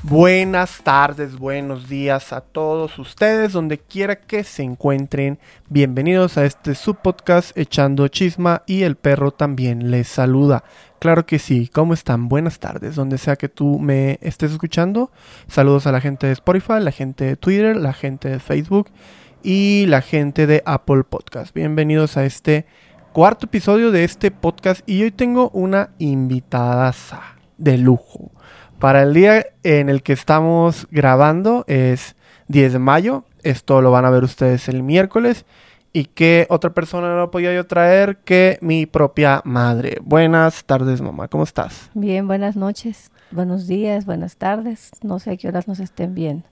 Buenas tardes, buenos días a todos ustedes, donde quiera que se encuentren. Bienvenidos a este subpodcast Echando Chisma y el perro también les saluda. Claro que sí, ¿cómo están? Buenas tardes, donde sea que tú me estés escuchando. Saludos a la gente de Spotify, la gente de Twitter, la gente de Facebook y la gente de Apple Podcast. Bienvenidos a este cuarto episodio de este podcast y hoy tengo una invitada de lujo. Para el día en el que estamos grabando es 10 de mayo. Esto lo van a ver ustedes el miércoles. ¿Y qué otra persona no podía yo traer que mi propia madre? Buenas tardes, mamá. ¿Cómo estás? Bien, buenas noches, buenos días, buenas tardes. No sé a qué horas nos estén viendo.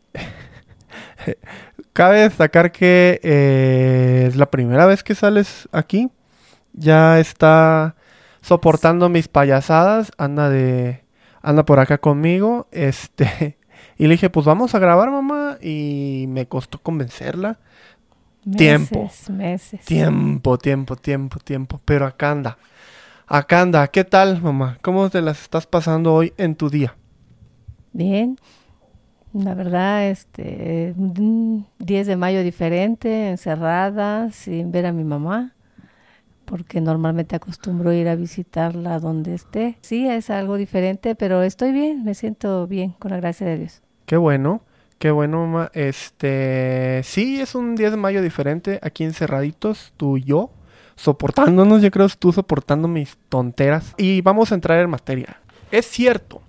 Cabe destacar que es la primera vez que sales aquí. Ya está soportando mis payasadas. Anda por acá conmigo, y le dije, pues vamos a grabar, mamá, y me costó convencerla. Meses. Tiempo, pero acá anda, ¿qué tal, mamá? ¿Cómo te las estás pasando hoy en tu día? Bien, la verdad, un 10 de mayo diferente, encerrada, sin ver a mi mamá, porque normalmente acostumbro ir a visitarla donde esté. Sí, es algo diferente, pero estoy bien, me siento bien, con la gracia de Dios. Qué bueno, mamá. Sí, es un 10 de mayo diferente, aquí encerraditos, tú y yo, soportándonos, yo creo, tú soportando mis tonteras. Y vamos a entrar en materia. Es cierto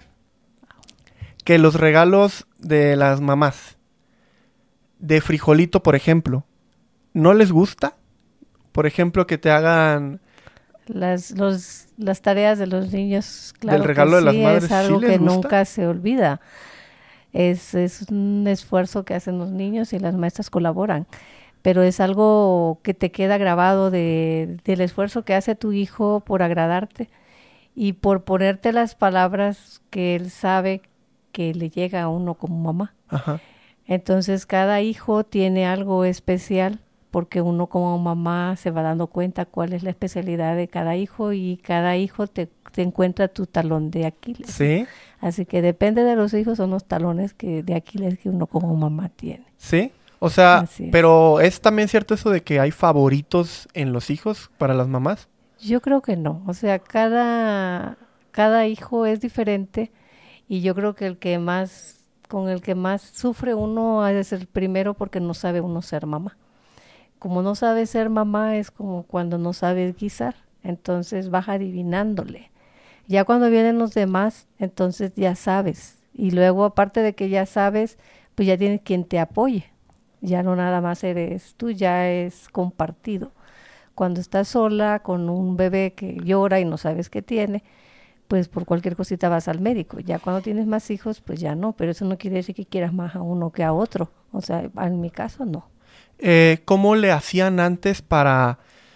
que los regalos de las mamás, de frijolito, por ejemplo, ¿no les gusta? Por ejemplo, que te hagan Las tareas de los niños, claro del regalo que de las sí, madres, es algo ¿sí les que gusta? nunca se olvida. Es un esfuerzo que hacen los niños y las maestras colaboran, pero es algo que te queda grabado del esfuerzo que hace tu hijo por agradarte y por ponerte las palabras que él sabe que le llega a uno como mamá. Ajá. Entonces cada hijo tiene algo especial porque uno como mamá se va dando cuenta cuál es la especialidad de cada hijo y cada hijo te encuentra tu talón de Aquiles. ¿Sí? Así que depende de los hijos, son los talones de Aquiles que uno como mamá tiene. ¿Sí? O sea, Así es. pero ¿es también cierto eso de que hay favoritos en los hijos para las mamás? Yo creo que no, o sea, cada hijo es diferente y yo creo que con el que más sufre uno es el primero porque no sabe uno ser mamá. Como no sabe ser mamá es como cuando no sabes guisar, entonces vas adivinándole. Ya cuando vienen los demás, entonces ya sabes. Y luego, aparte de que ya sabes, pues ya tienes quien te apoye. Ya no nada más eres tú, ya es compartido. Cuando estás sola con un bebé que llora y no sabes qué tiene, pues por cualquier cosita vas al médico. Ya cuando tienes más hijos, pues ya no. Pero eso no quiere decir que quieras más a uno que a otro. O sea, en mi caso, no. ¿Cómo le hacían antes para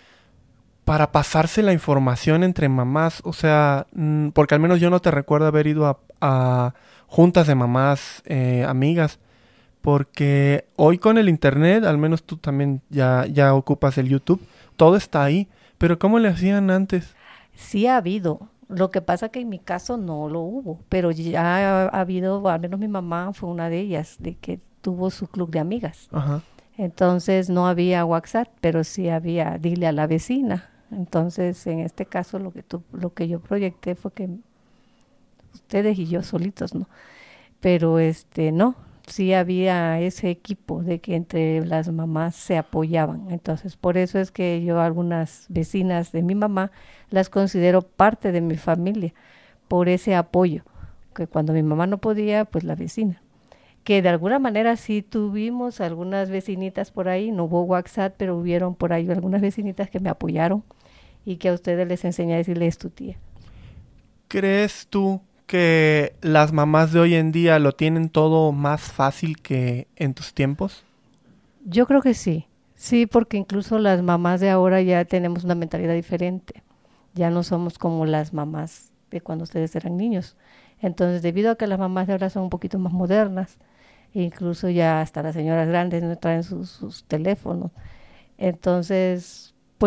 pasarse la información entre mamás? O sea, porque al menos yo no te recuerdo haber ido a juntas de mamás, amigas. Porque hoy con el internet, al menos tú también ya ocupas el YouTube, todo está ahí. Pero ¿cómo le hacían antes? Sí ha habido. Lo que pasa que en mi caso no lo hubo, pero ya ha habido, al menos mi mamá fue una de ellas, de que tuvo su club de amigas. Ajá. Entonces no había WhatsApp, pero sí había dile a la vecina. Entonces, en este caso lo que yo proyecté fue que ustedes y yo solitos, ¿no? Pero no, sí había ese equipo de que entre las mamás se apoyaban. Entonces, por eso es que yo algunas vecinas de mi mamá las considero parte de mi familia, por ese apoyo, que cuando mi mamá no podía, pues la vecina. Que de alguna manera sí tuvimos algunas vecinitas por ahí, no hubo WhatsApp, pero hubieron por ahí algunas vecinitas que me apoyaron y que a ustedes les enseñé a decirles tu tía. ¿Crees tú que las mamás de hoy en día lo tienen todo más fácil que en tus tiempos? Yo creo que sí, sí, porque incluso las mamás de ahora ya tenemos una mentalidad diferente, ya no somos como las mamás de cuando ustedes eran niños. Entonces, debido a que las mamás de ahora son un poquito más modernas, incluso ya hasta las señoras grandes no traen sus teléfonos. Entonces, pues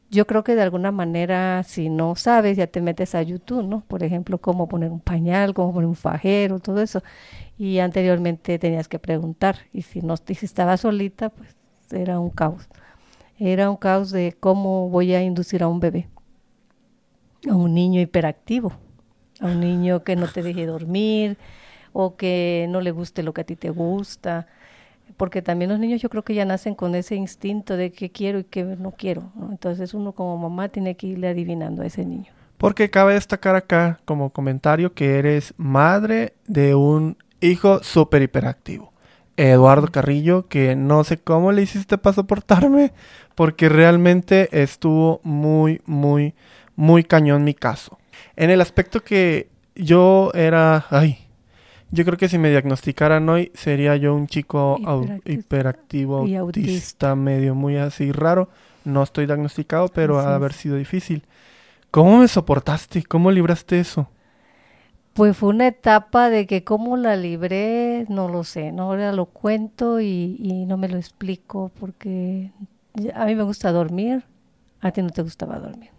yo creo que de alguna manera, si no sabes, ya te metes a YouTube, ¿no? Por ejemplo, cómo poner un pañal, cómo poner un fajero, todo eso. Y anteriormente tenías que preguntar. Y si estaba solita, pues era un caos. Era un caos de cómo voy a inducir a un bebé, a un niño hiperactivo, a un niño que no te deje dormir o que no le guste lo que a ti te gusta. Porque también los niños yo creo que ya nacen con ese instinto de qué quiero y qué no quiero, ¿no? Entonces uno como mamá tiene que irle adivinando a ese niño. Porque cabe destacar acá como comentario que eres madre de un hijo súper hiperactivo. Eduardo Carrillo, que no sé cómo le hiciste para soportarme, porque realmente estuvo muy, muy, muy cañón mi caso. En el aspecto que yo era, yo creo que si me diagnosticaran hoy sería yo un chico hiperactivo, y autista, medio muy así raro. No estoy diagnosticado, pero Así ha de es. haber sido difícil. ¿Cómo me soportaste? ¿Cómo libraste eso? Pues fue una etapa de que cómo la libré, no lo sé, ¿no? Ahora lo cuento y no me lo explico porque a mí me gusta dormir, a ti no te gustaba dormir.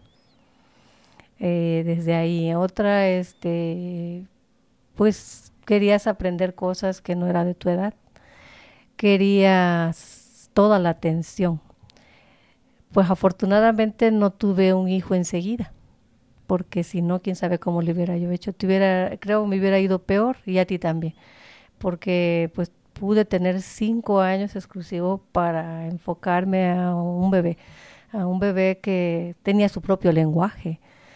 Desde ahí, otra, pues querías aprender cosas que no era de tu edad, querías toda la atención. Pues afortunadamente no tuve un hijo enseguida, porque si no, quién sabe cómo le hubiera yo hecho. Creo me hubiera ido peor y a ti también, porque pues pude tener 5 años exclusivo para enfocarme a un bebé que tenía su propio lenguaje.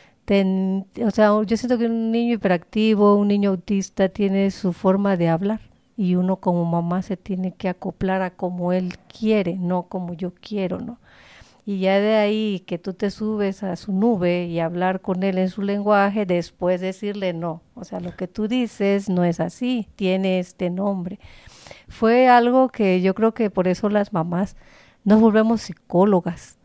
O sea, yo siento que un niño hiperactivo, un niño autista tiene su forma de hablar y uno como mamá se tiene que acoplar a como él quiere, no como yo quiero, ¿no? Y ya de ahí que tú te subes a su nube y hablar con él en su lenguaje, después decirle no. O sea, lo que tú dices no es así, tiene este nombre. Fue algo que yo creo que por eso las mamás nos volvemos psicólogas,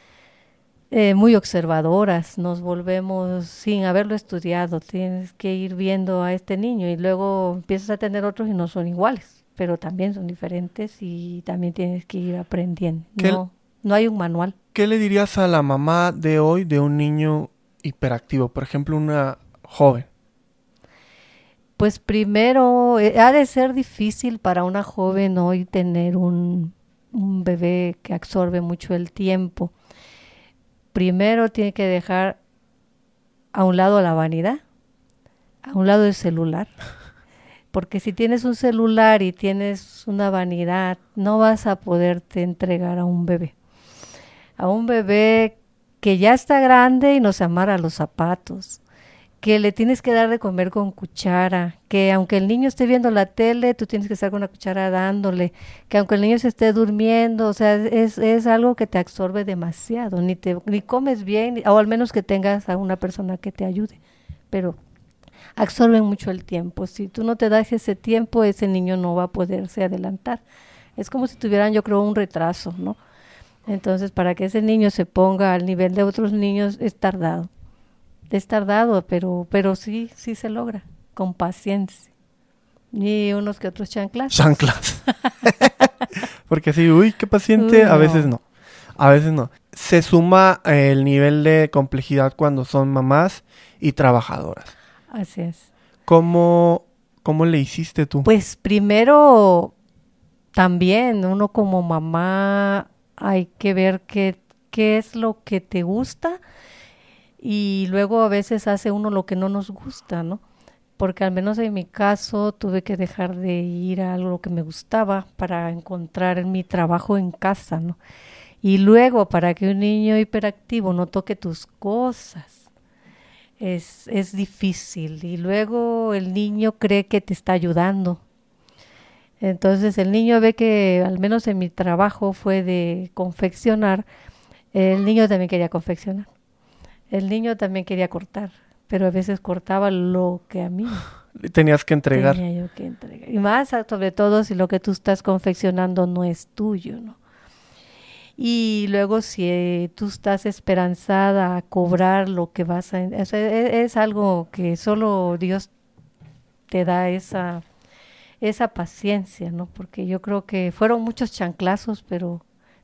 muy observadoras, nos volvemos sin haberlo estudiado. Tienes que ir viendo a este niño y luego empiezas a tener otros y no son iguales, pero también son diferentes y también tienes que ir aprendiendo. No hay un manual. ¿Qué le dirías a la mamá de hoy de un niño hiperactivo? Por ejemplo, una joven. Pues primero, ha de ser difícil para una joven hoy tener un bebé que absorbe mucho el tiempo. Primero tiene que dejar a un lado la vanidad, a un lado el celular. Porque si tienes un celular y tienes una vanidad, no vas a poderte entregar a un bebé. A un bebé que ya está grande y no se amarra los zapatos, que le tienes que dar de comer con cuchara, que aunque el niño esté viendo la tele, tú tienes que estar con la cuchara dándole, que aunque el niño se esté durmiendo, o sea, es algo que te absorbe demasiado, ni comes bien, o al menos que tengas a una persona que te ayude, pero absorben mucho el tiempo. Si tú no te das ese tiempo, ese niño no va a poderse adelantar. Es como si tuvieran, yo creo, un retraso, ¿no? Entonces, para que ese niño se ponga al nivel de otros niños es tardado, pero sí se logra, con paciencia. Y unos que otros chanclas. Chanclas. Porque sí, qué paciente, No. a veces no. Se suma el nivel de complejidad cuando son mamás y trabajadoras. Así es. ¿Cómo le hiciste tú? Pues primero, también uno como mamá hay que ver qué es lo que te gusta y luego a veces hace uno lo que no nos gusta, ¿no? Porque al menos en mi caso tuve que dejar de ir a algo que me gustaba para encontrar mi trabajo en casa, ¿no? Y luego para que un niño hiperactivo no toque tus cosas, es difícil. Y luego el niño cree que te está ayudando. Entonces el niño ve que, al menos en mi trabajo fue de confeccionar, el niño también quería confeccionar. El niño también quería cortar, pero a veces cortaba lo que a mí Tenías que entregar. tenía yo que entregar. Y más, sobre todo, si lo que tú estás confeccionando no es tuyo, ¿no? Y luego si tú estás esperanzada a cobrar lo que vas a... es algo que solo Dios te da esa paciencia, ¿no? Porque yo creo que fueron muchos chanclazos, pero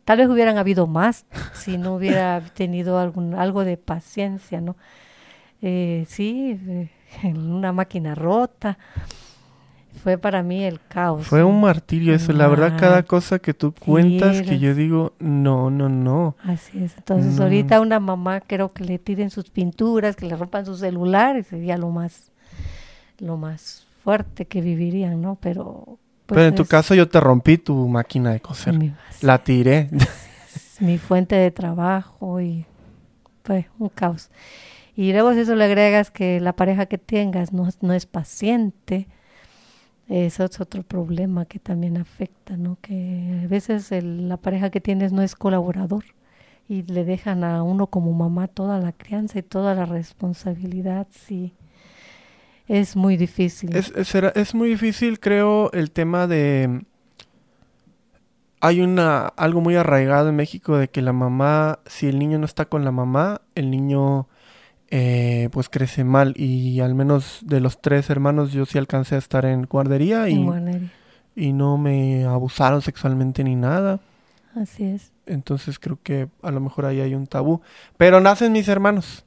Tal vez hubieran habido más si no hubiera tenido algo de paciencia, ¿no? Sí, una máquina rota. Fue para mí el caos. Fue un martirio eso. La verdad, cada cosa que tú cuentas que Vieras. yo digo, no. Así es. Entonces, No. ahorita una mamá creo que le tiren sus pinturas, que le rompan su celular, y sería lo más fuerte que vivirían, ¿no? Pero pues Pero en tu caso yo te rompí tu máquina de coser. La tiré. es mi fuente de trabajo y fue un caos. Y luego si eso le agregas que la pareja que tengas no es paciente, eso es otro problema que también afecta, ¿no? Que a veces la pareja que tienes no es colaborador y le dejan a uno como mamá toda la crianza y toda la responsabilidad, sí. Es muy difícil. Es muy difícil, creo, el tema de... Hay algo muy arraigado en México de que la mamá, si el niño no está con la mamá, el niño pues crece mal. Y al menos de los 3 hermanos yo sí alcancé a estar en guardería y no me abusaron sexualmente ni nada. Así es. Entonces creo que a lo mejor ahí hay un tabú. Pero nacen mis hermanos.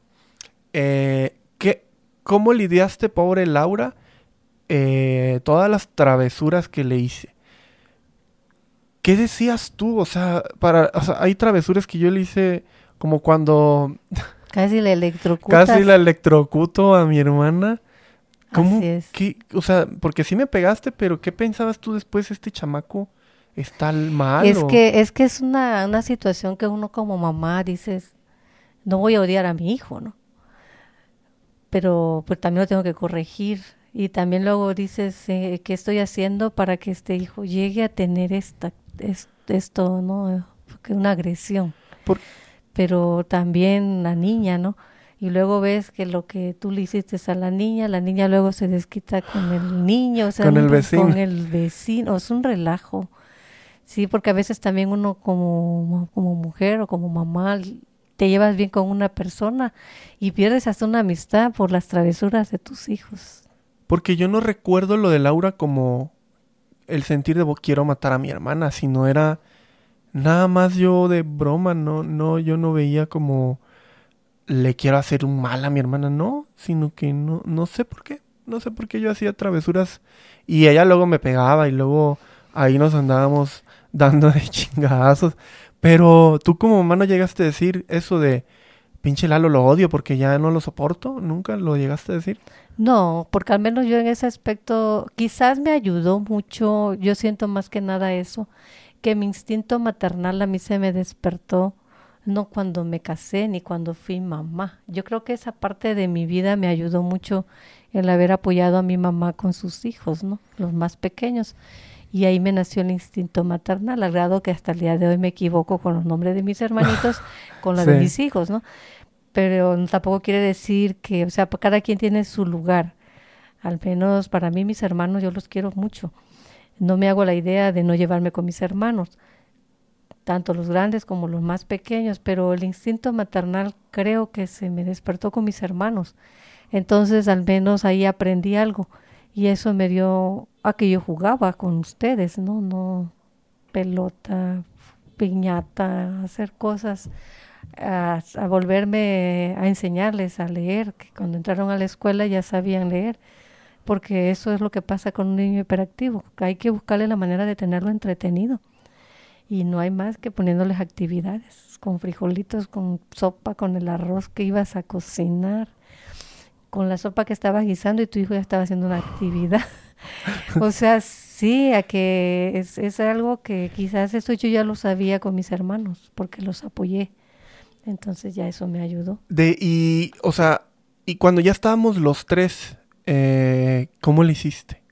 ¿Cómo lidiaste, pobre Laura? Todas las travesuras que le hice. ¿Qué decías tú? O sea, hay travesuras que yo le hice como cuando Casi la electrocutas. casi la electrocuto a mi hermana. ¿Cómo? Así es. O sea, porque sí me pegaste, pero ¿qué pensabas tú después? ¿Este chamaco está mal? Es que es una situación que uno como mamá dices, no voy a odiar a mi hijo, ¿no? Pero pues también lo tengo que corregir. Y también luego dices, ¿qué estoy haciendo para que este hijo llegue a tener esto, ¿no? Porque una agresión. Pero también la niña, ¿no? Y luego ves que lo que tú le hiciste a la niña luego se desquita con el niño, o sea, con el vecino. Con el vecino, es un relajo. Sí, porque a veces también uno como mujer o como mamá te llevas bien con una persona y pierdes hasta una amistad por las travesuras de tus hijos. Porque yo no recuerdo lo de Laura como el sentir de quiero matar a mi hermana, sino era nada más yo de broma, yo no veía como le quiero hacer un mal a mi hermana, no, sino que no sé por qué yo hacía travesuras y ella luego me pegaba y luego ahí nos andábamos dando de chingadazos, pero tú como mamá no llegaste a decir eso de pinche Lalo lo odio porque ya no lo soporto, nunca lo llegaste a decir. No, porque al menos yo en ese aspecto quizás me ayudó mucho, yo siento más que nada eso, que mi instinto maternal a mí se me despertó no cuando me casé ni cuando fui mamá. Yo creo que esa parte de mi vida me ayudó mucho el haber apoyado a mi mamá con sus hijos, ¿no? Los más pequeños. Y ahí me nació el instinto maternal, al grado que hasta el día de hoy me equivoco con los nombres de mis hermanitos, con los de mis hijos, ¿no? Pero tampoco quiere decir que, o sea, cada quien tiene su lugar. Al menos para mí, mis hermanos, yo los quiero mucho. No me hago la idea de no llevarme con mis hermanos, tanto los grandes como los más pequeños, pero el instinto maternal creo que se me despertó con mis hermanos. Entonces, al menos ahí aprendí algo y eso me dio a que yo jugaba con ustedes, no pelota, piñata, hacer cosas, a volverme a enseñarles a leer, que cuando entraron a la escuela ya sabían leer, porque eso es lo que pasa con un niño hiperactivo, hay que buscarle la manera de tenerlo entretenido y no hay más que poniéndoles actividades, con frijolitos, con sopa, con el arroz que ibas a cocinar, con la sopa que estabas guisando y tu hijo ya estaba haciendo una actividad. O sea, sí, a que es algo que quizás eso yo ya lo sabía con mis hermanos, porque los apoyé. Entonces ya eso me ayudó. Y cuando ya estábamos los 3, ¿cómo le hiciste?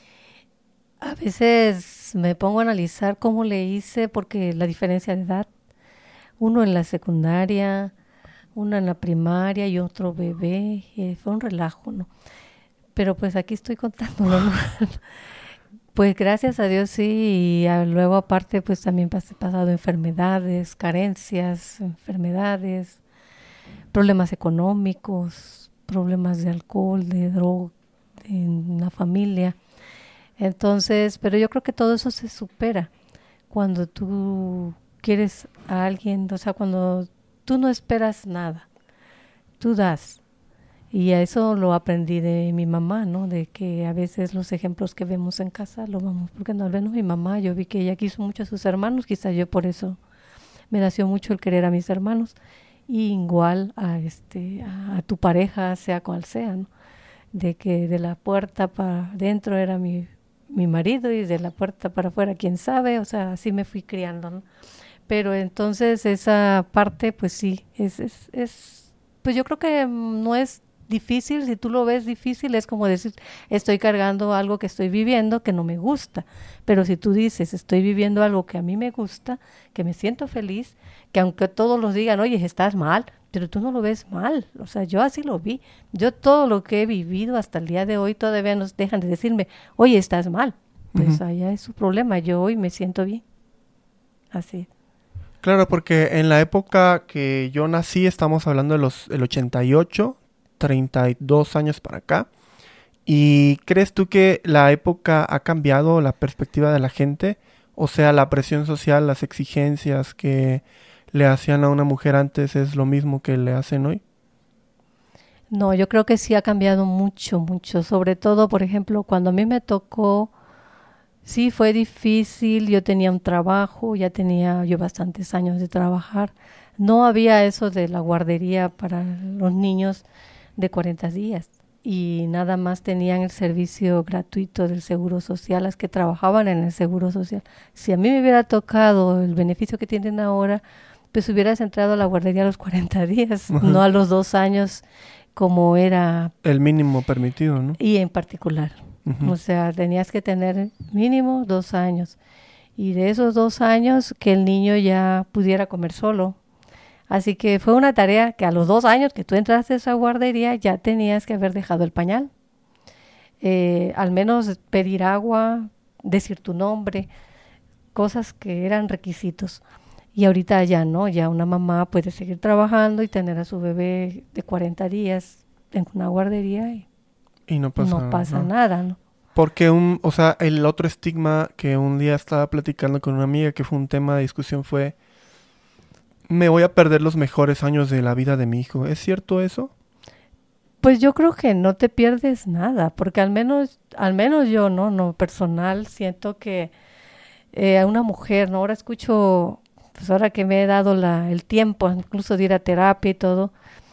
A veces me pongo a analizar cómo le hice, porque la diferencia de edad, uno en la secundaria, uno en la primaria y otro bebé, fue un relajo, ¿no? Pero pues aquí estoy contándolo, ¿no? Pues gracias a Dios sí, y luego aparte pues también he pasado enfermedades, carencias, enfermedades, problemas económicos, problemas de alcohol, de droga en la familia. Entonces, pero yo creo que todo eso se supera cuando tú quieres a alguien, o sea, cuando tú no esperas nada, tú das. Y a eso lo aprendí de mi mamá, ¿no? De que a veces los ejemplos que vemos en casa lo vamos, porque no, al menos mi mamá, yo vi que ella quiso mucho a sus hermanos, quizás yo por eso me nació mucho el querer a mis hermanos, y igual a tu pareja, sea cual sea, ¿no? De que de la puerta para adentro era mi marido y de la puerta para afuera, quién sabe, o sea, así me fui criando, ¿no? Pero entonces esa parte, pues sí, pues yo creo que no es difícil. Si tú lo ves difícil, es como decir, estoy cargando algo que estoy viviendo que no me gusta. Pero si tú dices, estoy viviendo algo que a mí me gusta, que me siento feliz, que aunque todos los digan, oye, estás mal, pero tú no lo ves mal. O sea, yo así lo vi. Yo todo lo que he vivido hasta el día de hoy todavía nos dejan de decirme, oye, estás mal. Pues allá es su problema. Yo hoy me siento bien. Así. Claro, porque en la época que yo nací, estamos hablando de el 88, 32 años para acá. ¿Y crees tú que la época ha cambiado la perspectiva de la gente? O sea, la presión social, las exigencias que le hacían a una mujer antes es lo mismo que le hacen hoy. No, yo creo que sí ha cambiado mucho, mucho. Sobre todo, por ejemplo, cuando a mí me tocó, sí fue difícil. Yo tenía un trabajo, ya tenía yo bastantes años de trabajar. No había eso de la guardería para los niños de 40 días y nada más tenían el servicio gratuito del Seguro Social, las que trabajaban en el Seguro Social. Si a mí me hubiera tocado el beneficio que tienen ahora, pues hubieras entrado a la guardería a los 40 días, no a los 2 años como era. El mínimo permitido, ¿no? Y en particular. O sea, tenías que tener mínimo 2 años. Y de esos 2 años que el niño ya pudiera comer solo. Así que fue una tarea que a los 2 años que tú entraste a esa guardería ya tenías que haber dejado el pañal. Al menos pedir agua, decir tu nombre, cosas que eran requisitos. Y ahorita ya no, ya una mamá puede seguir trabajando y tener a su bebé de 40 días en una guardería y no pasa nada, ¿no? Porque o sea, el otro estigma que un día estaba platicando con una amiga que fue un tema de discusión fue, me voy a perder los mejores años de la vida de mi hijo. ¿Es cierto eso? Pues yo creo que no te pierdes nada, porque al menos yo, no personal, siento que a una mujer, ¿no? Ahora escucho, pues ahora que me he dado el tiempo, incluso de ir a terapia y todo,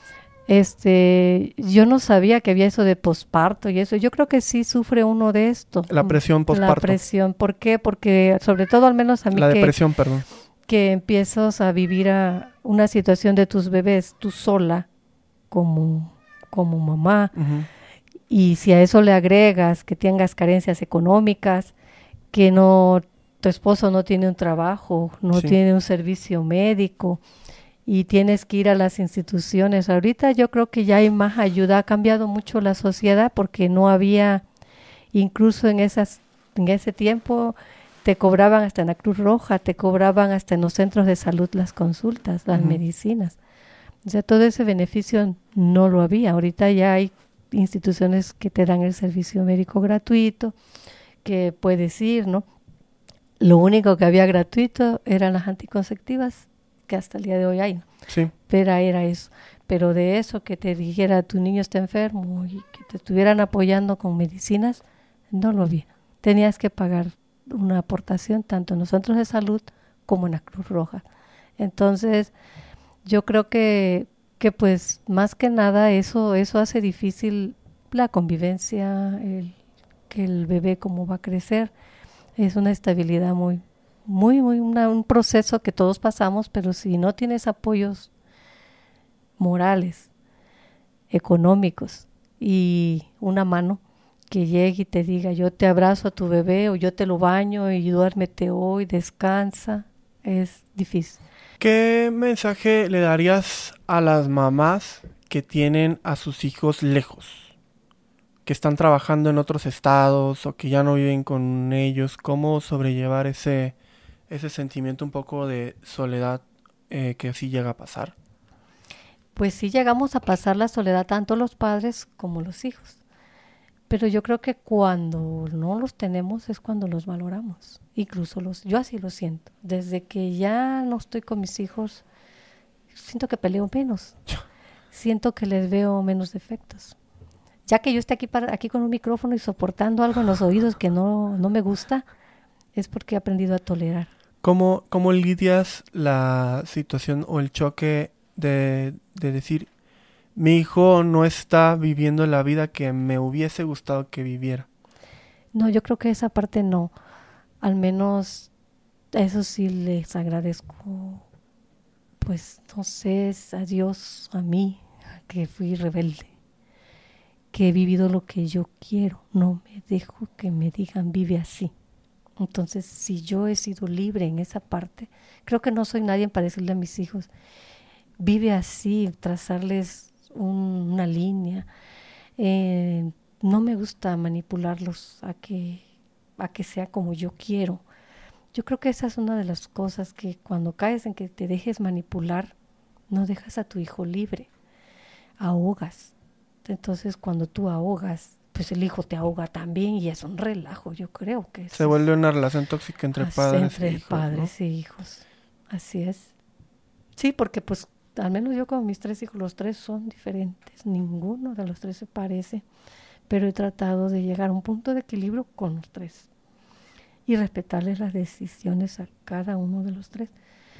yo no sabía que había eso de posparto y eso. Yo creo que sí sufre uno de esto. La presión posparto. La presión, ¿por qué? Porque sobre todo al menos a mí La depresión, perdón. Que empiezas a vivir una situación de tus bebés tú sola como mamá. Y si a eso le agregas que tengas carencias económicas, que tu esposo no tiene un trabajo, no tiene un servicio médico y tienes que ir a las instituciones. Ahorita yo creo que ya hay más ayuda, ha cambiado mucho la sociedad porque no había, incluso en ese tiempo te cobraban hasta en la Cruz Roja, te cobraban hasta en los centros de salud las consultas, las medicinas. O sea, todo ese beneficio no lo había. Ahorita ya hay instituciones que te dan el servicio médico gratuito, que puedes ir, ¿no? Lo único que había gratuito eran las anticonceptivas, que hasta el día de hoy hay, ¿no? Sí. Pero era eso. Pero de eso que te dijera tu niño está enfermo y que te estuvieran apoyando con medicinas, no lo había. Tenías que pagar una aportación tanto en los centros de salud como en la Cruz Roja. Entonces, yo creo que pues más que nada eso hace difícil la convivencia, que el bebé cómo va a crecer. Es una estabilidad muy, muy, muy, un proceso que todos pasamos, pero si no tienes apoyos morales, económicos y una mano que llegue y te diga, yo te abrazo a tu bebé o yo te lo baño y duérmete hoy, descansa, es difícil. ¿Qué mensaje le darías a las mamás que tienen a sus hijos lejos? Que están trabajando en otros estados o que ya no viven con ellos. ¿Cómo sobrellevar ese sentimiento un poco de soledad que sí llega a pasar? Pues sí llegamos a pasar la soledad tanto los padres como los hijos. Pero yo creo que cuando no los tenemos es cuando los valoramos. Incluso yo así lo siento. Desde que ya no estoy con mis hijos, siento que peleo menos. Siento que les veo menos defectos. Ya que yo esté aquí con un micrófono y soportando algo en los oídos que no me gusta, es porque he aprendido a tolerar. ¿Cómo lidias la situación o el choque de decir, mi hijo no está viviendo la vida que me hubiese gustado que viviera? No, yo creo que esa parte no. Al menos eso sí les agradezco. Pues no sé, es a Dios, a mí, que fui rebelde, que he vivido lo que yo quiero. No me dejo que me digan vive así. Entonces, si yo he sido libre en esa parte, creo que no soy nadie para decirle a mis hijos, vive así, trazarles una línea. No me gusta manipularlos a que sea como yo quiero. Yo creo que esa es una de las cosas que cuando caes en que te dejes manipular, no dejas a tu hijo libre, ahogas. Entonces, cuando tú ahogas, pues el hijo te ahoga también y es un relajo, yo creo que se vuelve una relación tóxica entre padres e hijos, padres ¿no? y hijos. Así es. Sí, porque pues al menos yo con mis 3 hijos, los 3 son diferentes, ninguno de los 3 se parece, pero he tratado de llegar a un punto de equilibrio con los 3 y respetarles las decisiones a cada uno de los 3,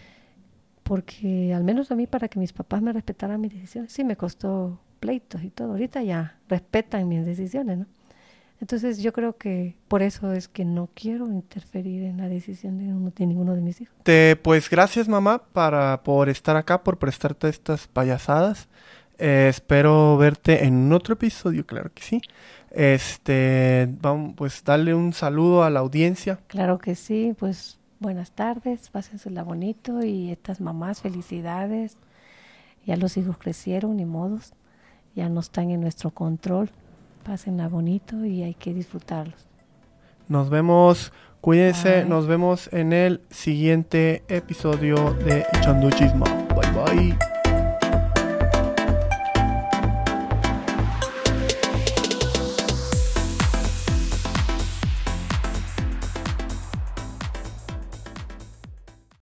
porque al menos a mí, para que mis papás me respetaran mis decisiones, sí me costó pleitos y todo. Ahorita ya respetan mis decisiones, ¿no? Entonces yo creo que por eso es que no quiero interferir en la decisión de ninguno de mis hijos. Pues gracias, mamá, por estar acá, por prestarte estas payasadas. Espero verte en otro episodio, claro que sí. Vamos, pues darle un saludo a la audiencia. Claro que sí, pues buenas tardes, pásensela bonito, y estas mamás, felicidades. Ya los hijos crecieron, ni modos, ya no están en nuestro control. Pásenla bonito y hay que disfrutarlos. Nos vemos, cuídense, Bye. nos vemos en el siguiente episodio de Echando Chisma. Bye bye.